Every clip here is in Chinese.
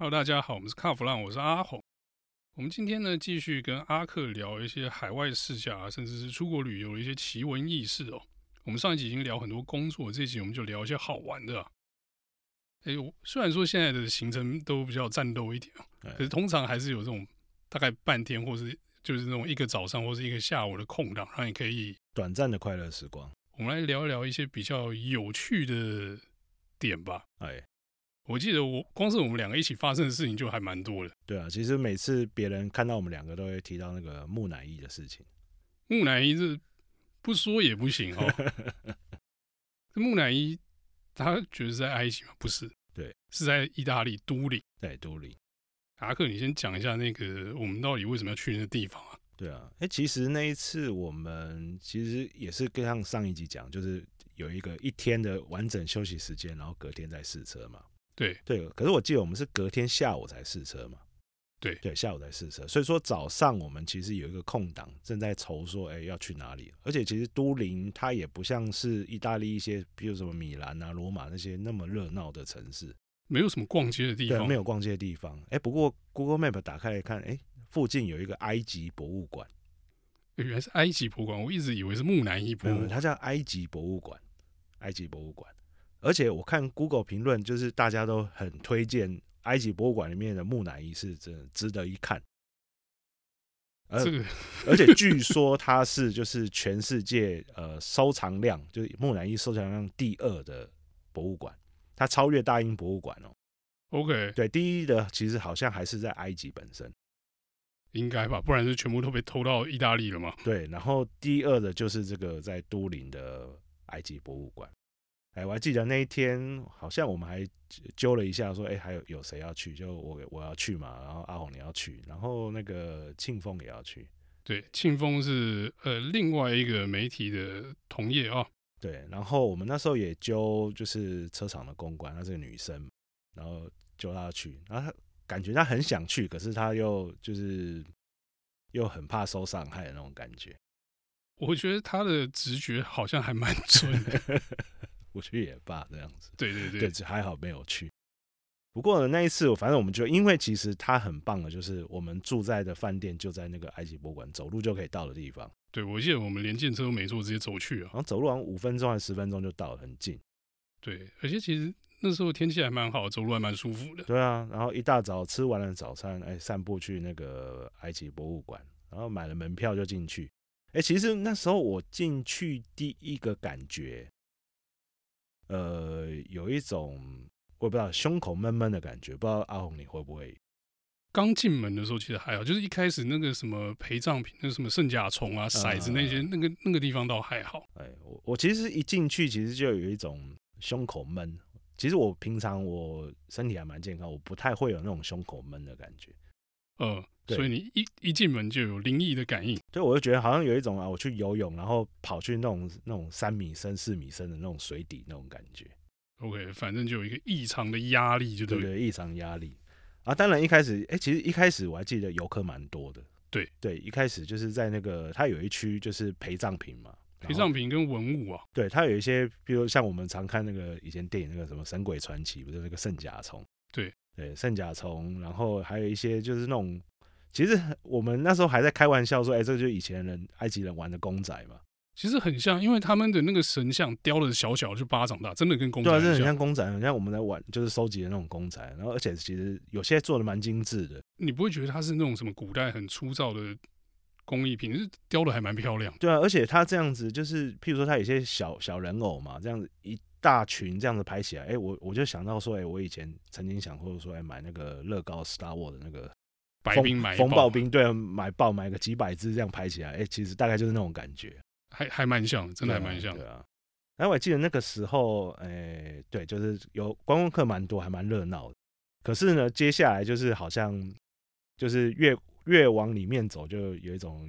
Hello，大家好，我们是卡弗浪，我是阿红。我们今天呢，继续跟阿克聊一些海外试驾甚至是出国旅游的一些奇闻异事哦。我们上一集已经聊很多工作，这一集我们就聊一些好玩的。虽然说现在的行程都比较战斗一点，可是通常还是有这种大概半天，或是就是那种一个早上或是一个下午的空档，让你可以短暂的快乐时光。 我们来聊一聊一些比较有趣的点吧。我记得光是我们两个一起发生的事情就还蛮多的。 对啊，其实每次别人看到我们两个都会提到那个木乃伊的事情。 木乃伊这不说也不行哦。这木乃伊他觉得是在埃及吗？不是， 对， 是在意大利都灵。 对，都灵。 阿克，你先讲一下那个我们到底为什么要去那个地方啊？ 对啊，其实那一次我们其实也是跟上一集讲，就是有一天的完整休息时间，然后隔天再试车嘛。 对， 可是我记得我们是隔天下午才试车嘛。 对， 下午才试车，所以说早上我们其实有一个空档，正在筹说，要去哪里。而且其实都灵它也不像是意大利一些，比如什么米兰啊、罗马那些那么热闹的城市， 没有什么逛街的地方。 对，没有逛街的地方。不过 Google Map 打开来看，附近有一个埃及博物馆。 原来是埃及博物馆，我一直以为是木乃伊博物馆。 它叫埃及博物馆，埃及博物馆。而且我看 Google 评论，就是大家都很推荐埃及博物馆里面的木乃伊是真的值得一看。而且据说它是就是全世界收藏量，就是木乃伊收藏量第2的博物馆，它超越大英博物馆哦。 OK， 对，第1的其实好像还是在埃及本身， 应该吧，不然就全部都被偷到意大利了嘛。 对，然后第2的就是这个在都灵的埃及博物馆。我还记得那一天，好像我们还揪了一下，说，还有谁要去？就我要去嘛，然后阿红你要去，然后那个庆丰也要去。 对，庆丰是另外一个媒体的同业啊。 对，然后我们那时候也揪就是车厂的公关，她是个女生，然后揪她去，然后她感觉她很想去，可是她又很怕受伤害的那种感觉。 我觉得她的直觉好像还蛮准的。 不去也罢，这样子。 对， 还好没有去。不过呢，那一次反正我们就因为其实它很棒的，就是我们住在的饭店就在那个埃及博物馆，走路就可以到的地方。 对，我记得我们连电车都没坐，直接走去啊。 然后走路好像5分钟还是10分钟就到了，很近。 对，而且其实那时候天气还蛮好，走路还蛮舒服的。 对啊，然后一大早吃完了早餐，散步去那个埃及博物馆，然后买了门票就进去。其实那时候我进去第一个感觉，有一种我也不知道胸口闷闷的感觉，不知道阿红你会不会？ 刚进门的时候其实还好，就是一开始那个什么陪葬品，那个什么圣甲虫啊、骰子那些，那个地方倒还好。 我其实一进去其实就有一种胸口闷。其实我平常我身体还蛮健康，我不太会有那种胸口闷的感觉。 所以你一进门就有灵异的感应。 对，我就觉得好像有一种我去游泳，然后跑去那种3米深、4米深的那种水底那种感觉。 OK， 反正就有一个异常的压力，就对， 异常压力啊。当然一开始，其实一开始我还记得游客蛮多的。对，一开始就是在那个它有一区就是陪葬品嘛， 陪葬品跟文物啊。 对，它有一些，比如像我们常看那个以前电影那个什么《神鬼传奇》，不是那个圣甲虫？对，圣甲虫，然后还有一些就是那种。其实我们那时候还在开玩笑说，这就是以前埃及人玩的公仔嘛。 其实很像，因为他们的那个神像雕的小小就巴掌大，真的跟公仔很像。 对啊，真的很像公仔，很像我们在玩就是收集的那种公仔。然后而且其实有些做的蛮精致的。 你不会觉得它是那种什么古代很粗糙的工艺品，是雕的还蛮漂亮。 对啊，而且它这样子就是，譬如说它有些小人偶嘛，这样子一大群这样子排起来，我就想到说，我以前曾经想过说，买那个乐高 Star Wars 的那个。 白兵买风暴兵，对，买个几百只这样排起来，其实大概就是那种感觉， 还蛮像，真的还蛮像。 对啊。然后我记得那个时候，对，就是有观光客蛮多，还蛮热闹的。可是呢，接下来就是好像就是越往里面走，就有一种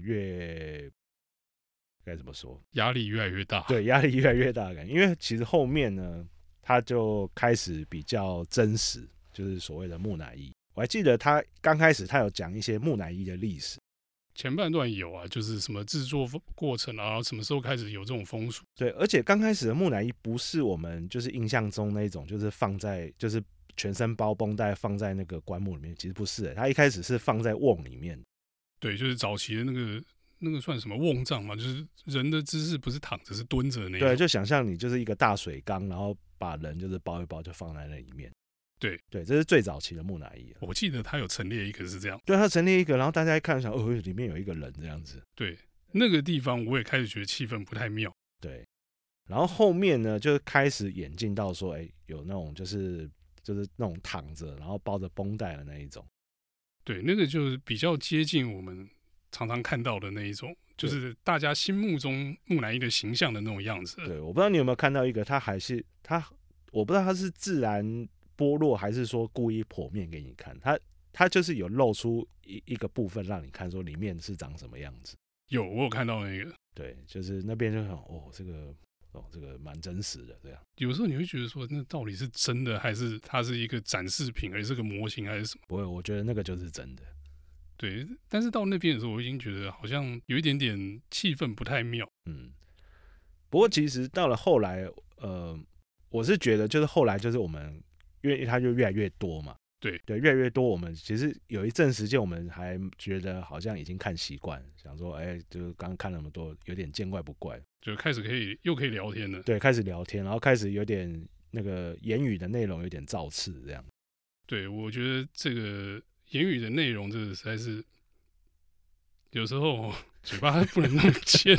该怎么说， 压力越来越大。 对，压力越来越大的感觉。因为其实后面呢，它就开始比较真实，就是所谓的木乃伊。我还记得他刚开始他有讲一些木乃伊的历史， 前半段有啊，就是什么制作过程啊，然后什么时候开始有这种风俗。 对，而且刚开始的木乃伊不是我们就是印象中那种，就是放在就是全身包绷带放在那个棺木里面，其实不是、他一开始是放在瓮里面。 对，就是早期的那个算什么瓮葬嘛，就是人的姿势不是躺着是蹲着的那种。 对，就想象你就是一个大水缸，然后把人就是包一包就放在那里面。 对对，这是最早期的木乃伊。 我记得他有陈列一个是这样。 对，他陈列一个，然后大家一看想，里面有一个人这样子。 对，那个地方我也开始觉得气氛不太妙。 对，然后后面呢，就开始演进到说，有那种就是那种躺着，然后包着绷带的那一种。 对，那个就是比较接近我们常常看到的那一种，就是大家心目中木乃伊的形象的那种样子。 对，我不知道你有没有看到一个，我不知道他是自然剥落还是说故意剖面给你看，他就是有露出一个部分让你看，说里面是长什么样子。 我有看到那个。 对，就是那边就很这个蛮真实的这样。 有时候你会觉得说，那到底是真的，还是它是一个展示品，还是个模型，还是什么？ 不会，我觉得那个就是真的。 对，但是到那边的时候，我已经觉得好像有一点点气氛不太妙。 不过其实到了后来，我是觉得就是后来就是我们，因为它就越来越多嘛。对，越来越多，我们其实有一阵时间，我们还觉得好像已经看习惯，想说，就是刚看那么多，有点见怪不怪， 就开始又可以聊天了。 对，开始聊天，然后开始有点那个言语的内容有点造次这样。 对，我觉得这个言语的内容，这个实在是有时候嘴巴不能那么贱。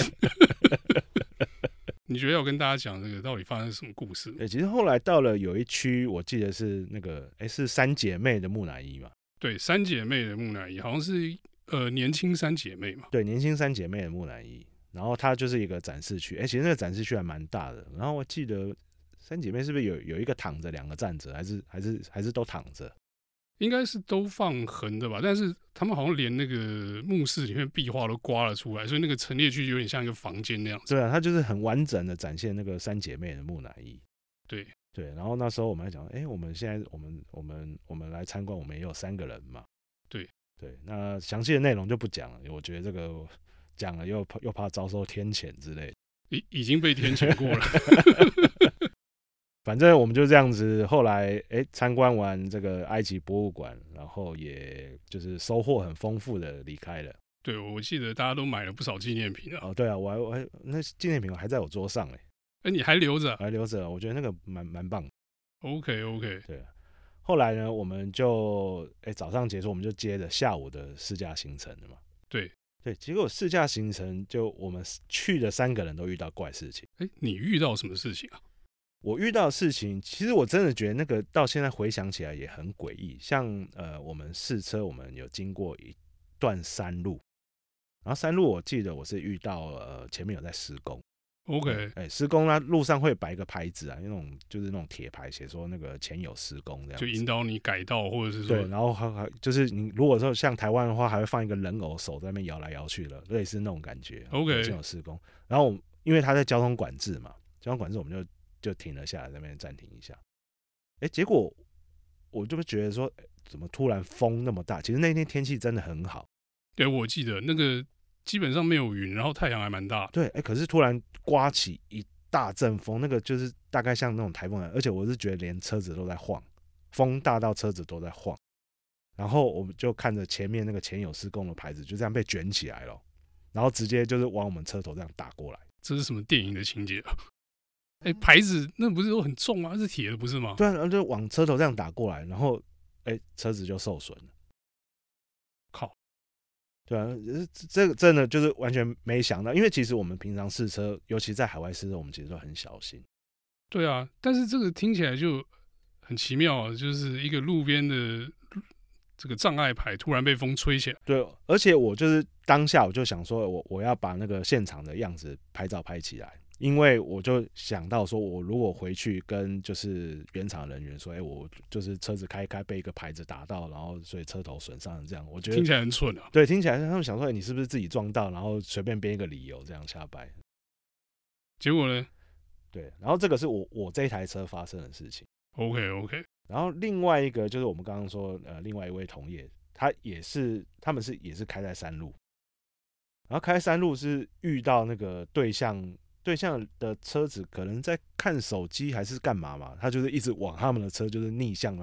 你觉得要跟大家讲这个到底发生什么故事？ 其实后来到了有一区，我记得是那个是三姐妹的木乃伊嘛。 对，三姐妹的木乃伊好像是年轻三姐妹嘛。 对，年轻三姐妹的木乃伊，然后它就是一个展示区。其实那个展示区还蛮大的。然后我记得三姐妹是不是有一个躺着，两个站着，还是都躺着？ 应该是都放横的吧，但是他们好像连那个墓室里面壁画都刮了出来，所以那个陈列区有点像一个房间那样子。 对啊，它就是很完整的展现那个三姐妹的木乃伊。 对对，然后那时候我们还讲，我们现在我们来参观，我们也有3个人嘛。 对对，那详细的内容就不讲了，我觉得这个讲了又怕遭受天谴之类的。 已经被天谴过了。 反正我们就这样子，后来参观完这个埃及博物馆，然后也就是收获很丰富的离开了。 对，我记得大家都买了不少纪念品啊。 对啊，我还那纪念品还在我桌上你还留着？ 还留着，我觉得那个蛮棒的。 OK。 对，后来呢，我们就早上结束，我们就接着下午的试驾行程了嘛。 对， 结果试驾行程就我们去的3个人都遇到怪事情。 你遇到什么事情啊？ 我遇到的事情，其实我真的觉得那个到现在回想起来也很诡异。像我们试车，我们有经过一段山路，然后山路我记得我是遇到前面有在施工。 OK， 施工呢，路上会摆一个牌子啊，就是那种铁牌，写说那个前有施工这样子， 就引导你改道，或者是说对，然后还就是你如果说像台湾的话，还会放一个人偶手在那边摇来摇去的，类似那种感觉。 OK， 前有施工，然后因为他在交通管制嘛，交通管制我们就停了下来，在那边暂停一下。结果我就觉得说，怎么突然风那么大？其实那天天气真的很好。 对，我记得那个基本上没有云，然后太阳还蛮大的。 对，可是突然刮起一大阵风，那个就是大概像那种台风而且我是觉得连车子都在晃，风大到车子都在晃。然后我们就看着前面那个前有施工的牌子就这样被卷起来了，然后直接就是往我们车头这样打过来。 这是什么电影的情节啊？牌子那不是都很重吗？是铁的不是吗？ 对啊，然后就往车头这样打过来，然后车子就受损了。 靠！ 对啊，这个真的就是完全没想到，因为其实我们平常试车，尤其在海外试车，我们其实都很小心。 对啊，但是这个听起来就很奇妙啊，就是一个路边的这个障碍牌突然被风吹起来。 对，而且我就是当下我就想说，我要把那个现场的样子拍照拍起来。因为我就想到说，我如果回去跟就是原厂人员说，我就是车子开被一个牌子打到，然后所以车头损伤这样，我觉得听起来很蠢啊。 对，听起来他们想说，你是不是自己撞到，然后随便编一个理由这样瞎掰。 结果呢？ 对，然后这个是我这台车发生的事情。 OK。 然后另外一个就是我们刚刚说，另外一位同业，他也是开在山路，然后开山路是遇到那个对象的车子可能在看手机还是干嘛嘛，他就是一直往他们的车就是逆向，然后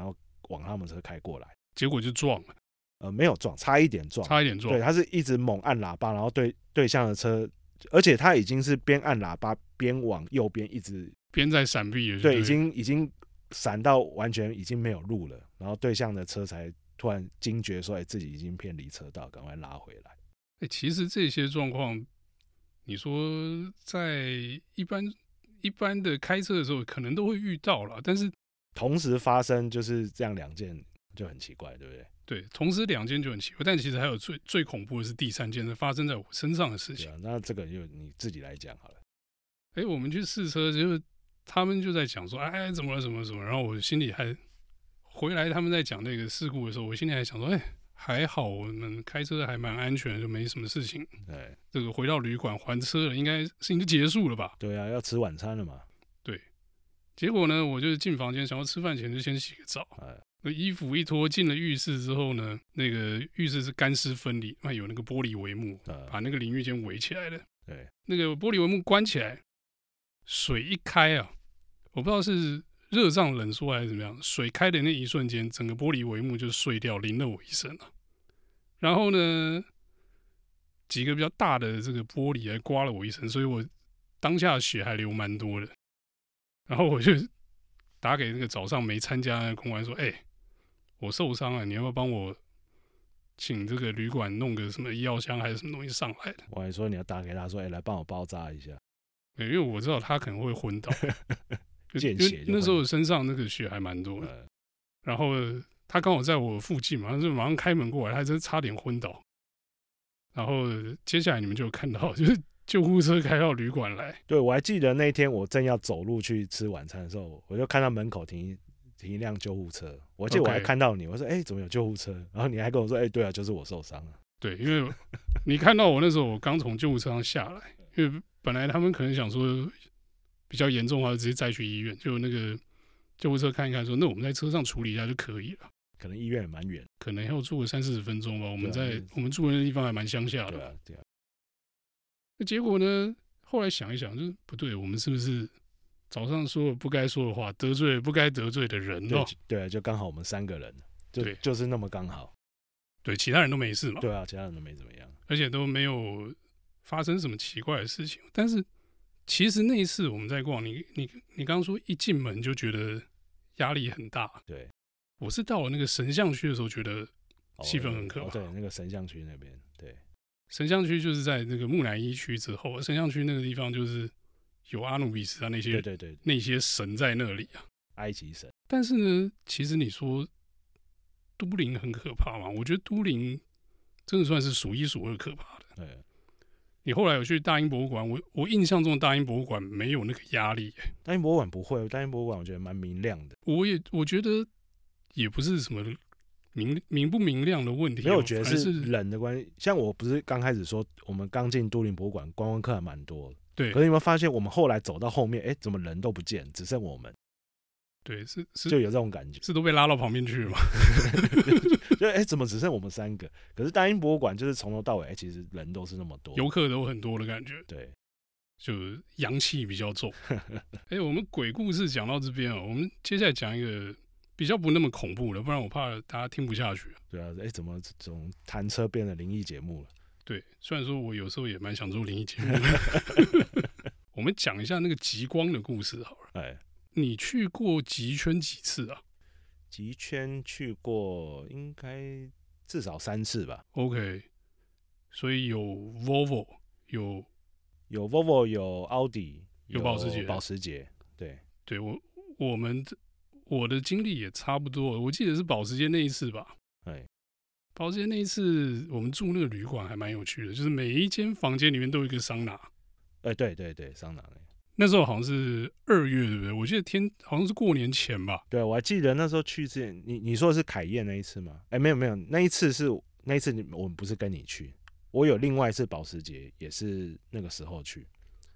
往他们车开过来， 结果就撞了， 没有撞，差一点撞， 差一点撞。 对，他是一直猛按喇叭，然后对向的车，而且他已经是边按喇叭边往右边一直边在闪避了， 对，已经闪到完全已经没有路了，然后对向的车才突然惊觉说，自己已经偏离车道，赶快拉回来。 其实这些状况，你说在一般的开车的时候，可能都会遇到啦，但是同时发生就是这样2件，就很奇怪，对不对？ 对，同时2件就很奇怪，但其实还有最恐怖的是第3件是发生在我身上的事情。 那这个就你自己来讲好了。 我们去试车，就是他们就在讲说，怎么了，什么什么，然后我心里还回来他们在讲那个事故的时候，我心里还想说，还好我们开车还蛮安全的，就没什么事情。 对， 这个回到旅馆还车了，应该事情就结束了吧？ 对啊，要吃晚餐了嘛。 对，结果呢，我就进房间，想要吃饭前就先洗个澡。那衣服一脱，进了浴室之后呢，那个浴室是干湿分离，有那个玻璃帷幕，把那个淋浴间围起来的。 对， 那个玻璃帷幕关起来，水一开啊，我不知道是热胀冷缩还是怎么样，水开的那一瞬间，整个玻璃帷幕就碎掉，淋了我一身啊。然后呢，几个比较大的这个玻璃还刮了我一身，所以我当下血还流蛮多的。然后我就打给那个早上没参加的公关说：“我受伤了，你要不要帮我请这个旅馆弄个什么医药箱还是什么东西上来的？” 我还说你要打给他说：“来帮我包扎一下。” 因为我知道他可能会昏倒， 见血就那时候身上那个血还蛮多的。然后他刚好在我附近嘛，就马上开门过来，他真差点昏倒。然后接下来你们就有看到，就是救护车开到旅馆来。 对，我还记得那一天我正要走路去吃晚餐的时候，我就看到门口停一辆救护车。我记得我还看到你，我说：“怎么有救护车？”然后你还跟我说：“对啊，就是我受伤了。” 对，因为你看到我那时候，我刚从救护车上下来，因为本来他们可能想说比较严重的话，直接载去医院，就那个救护车看一看说：“那我们在车上处理一下就可以了。” 可能医院也蛮远， 可能要住个30-40分钟吧。我们住的那地方还蛮乡下的。 对啊。 那结果呢？后来想一想，就是不对，我们是不是早上说了不该说的话，得罪了不该得罪的人哦？ 对，就刚好我们3个人，就是那么刚好。 对，其他人都没事嘛。 对啊，其他人都没怎么样， 而且都没有发生什么奇怪的事情。但是其实那一次我们在逛，你刚刚说一进门就觉得压力很大。 对， 我是到了那个神像区的时候，觉得气氛很可怕。 对，那个神像区那边，对， 神像区就是在那个木乃伊区之后，神像区那个地方就是有阿努比斯啊那些对那些神在那里啊， 埃及神。但是呢，其实你说都灵很可怕嘛？我觉得都灵真的算是数1数2可怕的。 对， 你后来有去大英博物馆，我印象中的大英博物馆没有那个压力。 大英博物馆不会，大英博物馆我觉得蛮明亮的。 我觉得也不是什么明不明亮的问题， 没有，我觉得是人的关系。像我不是刚开始说，我们刚进都灵博物馆，观光客还蛮多的。 对。 可是你有没有发现，我们后来走到后面，怎么人都不见，只剩我们？ 对，是就有这种感觉， 是都被拉到旁边去了嘛？ 就怎么只剩我们3个？可是大英博物馆就是从头到尾，其实人都是那么多， 游客都很多的感觉。 对， 就阳气比较重。我们鬼故事讲到这边我们接下来讲一个比较不那么恐怖的，不然我怕大家听不下去。 对啊，怎么从谈车变成灵异节目了？ 对，虽然说我有时候也蛮想做灵异节目的。我们讲一下那个极光的故事好了。你去过极圈几次啊？ 极圈去过应该至少3次吧。 OK， 所以有 Volvo， 有 Volvo， 有奥迪， 有保时捷。对，我的经历也差不多。我记得是保时捷那一次吧。保时捷那一次，我们住那个旅馆还蛮有趣的，就是每一间房间里面都有一个桑拿。 对，桑拿。 那时候好像是2月，对不对？我记得好像是过年前吧。 对，我还记得那时候去之前，你说的是凯宴那一次吗？没有，那一次我们不是跟你去，我有另外一次保时捷，也是那个时候去。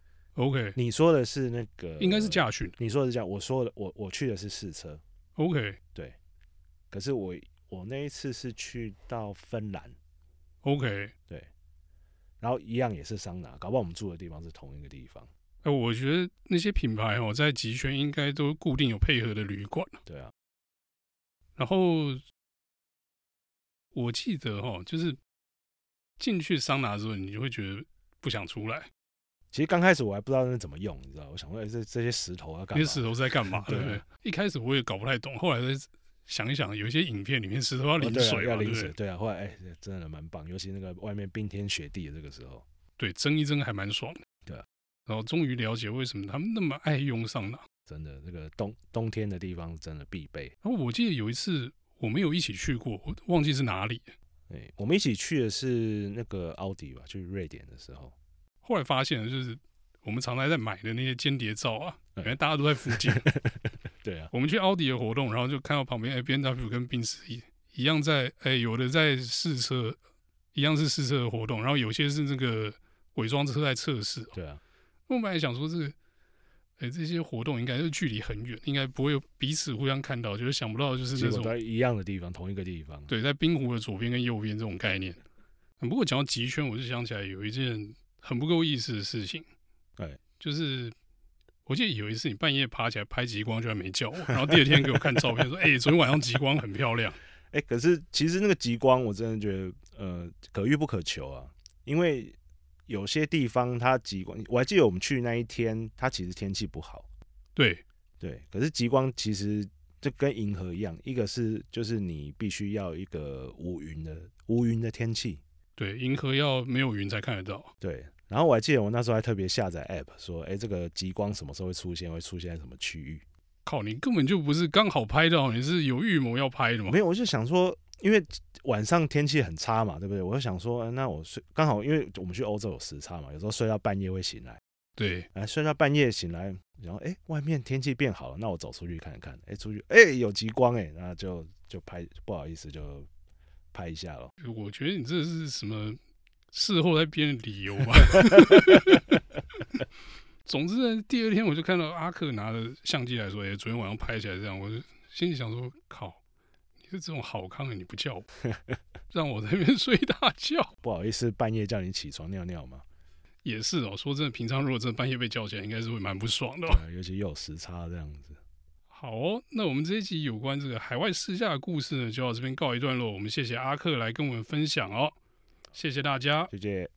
OK， 你说的是那个应该是驾训， 你说的是驾，我去的是试车。 OK， 对，可是我那一次是去到芬兰。 OK， 对，然后一样也是桑拿，搞不好我们住的地方是同一个地方。 我觉得那些品牌在极圈应该都固定有配合的旅馆。 对啊， 然后我记得就是进去桑拿之后，你就会觉得不想出来。 其实刚开始我还不知道那怎么用，你知道？我想问这些石头要干嘛？ 那些石头是在干嘛？对不对？一开始我也搞不太懂，后来再想一想，有一些影片里面石头要淋水嘛， 要淋水， 对不对？ 对啊。后来真的蛮棒，尤其那个外面冰天雪地的这个时候， 对，蒸一蒸还蛮爽的。 对啊。 然后终于了解为什么他们那么爱用桑拿。 真的，这个冬天的地方真的必备。 然后我记得有一次我们有一起去过，我忘记是哪里。 对，我们一起去的是那个奥迪吧，去瑞典的时候。 后来发现了，就是我们常常在买的那些间谍照啊，原来大家都在附近。 对啊， 我们去奥迪的活动，然后就看到旁边BMW 跟宾士一样在有的在试车，一样是试车的活动，然后有些是那个伪装车在测试。 对啊， 我本来想说这个，这些活动应该是距离很远，应该不会有彼此互相看到，就是想不到就是那种结果在一样的地方，同一个地方。 对，在冰湖的左边跟右边这种概念。不过讲到极圈，我就想起来有一件很不够意思的事情。 对， 就是我记得有一次你半夜爬起来拍极光，居然没叫我，然后第二天给我看照片说：“昨天晚上极光很漂亮。” 可是其实那个极光，我真的觉得可遇不可求啊，因为有些地方它极光，我还记得我们去那一天，它其实天气不好。 对， 可是极光其实就跟银河一样，一个是就是你必须要一个无云的天气。 对，银河要没有云才看得到。 对，然后我还记得我那时候还特别下载 App 说，这个极光什么时候会出现在什么区域？ 靠，你根本就不是刚好拍到，你是有预谋要拍的嘛？ 没有，我就想说，因为晚上天气很差嘛，对不对？我就想说，那我睡刚好，因为我们去欧洲有时差嘛，有时候睡到半夜会醒来。 对， 睡到半夜醒来，然后外面天气变好了，那我走出去看看，出去有极光那就拍，不好意思就拍一下了。 我觉得你这是什么事后在编的理由吧？总之呢，第二天我就看到阿克拿着相机来说：“昨天晚上拍起来这样。”我就心里想说：“靠，你是这种好康的，你不叫我，让我在那边睡大觉。” 不好意思，半夜叫你起床尿尿嘛。 也是说真的，平常如果真的半夜被叫起来，应该是会蛮不爽的。 尤其又有时差这样子。 好那我们这一集有关这个海外试驾的故事呢，就到这边告一段落。我们谢谢阿克来跟我们分享谢谢大家， 谢谢。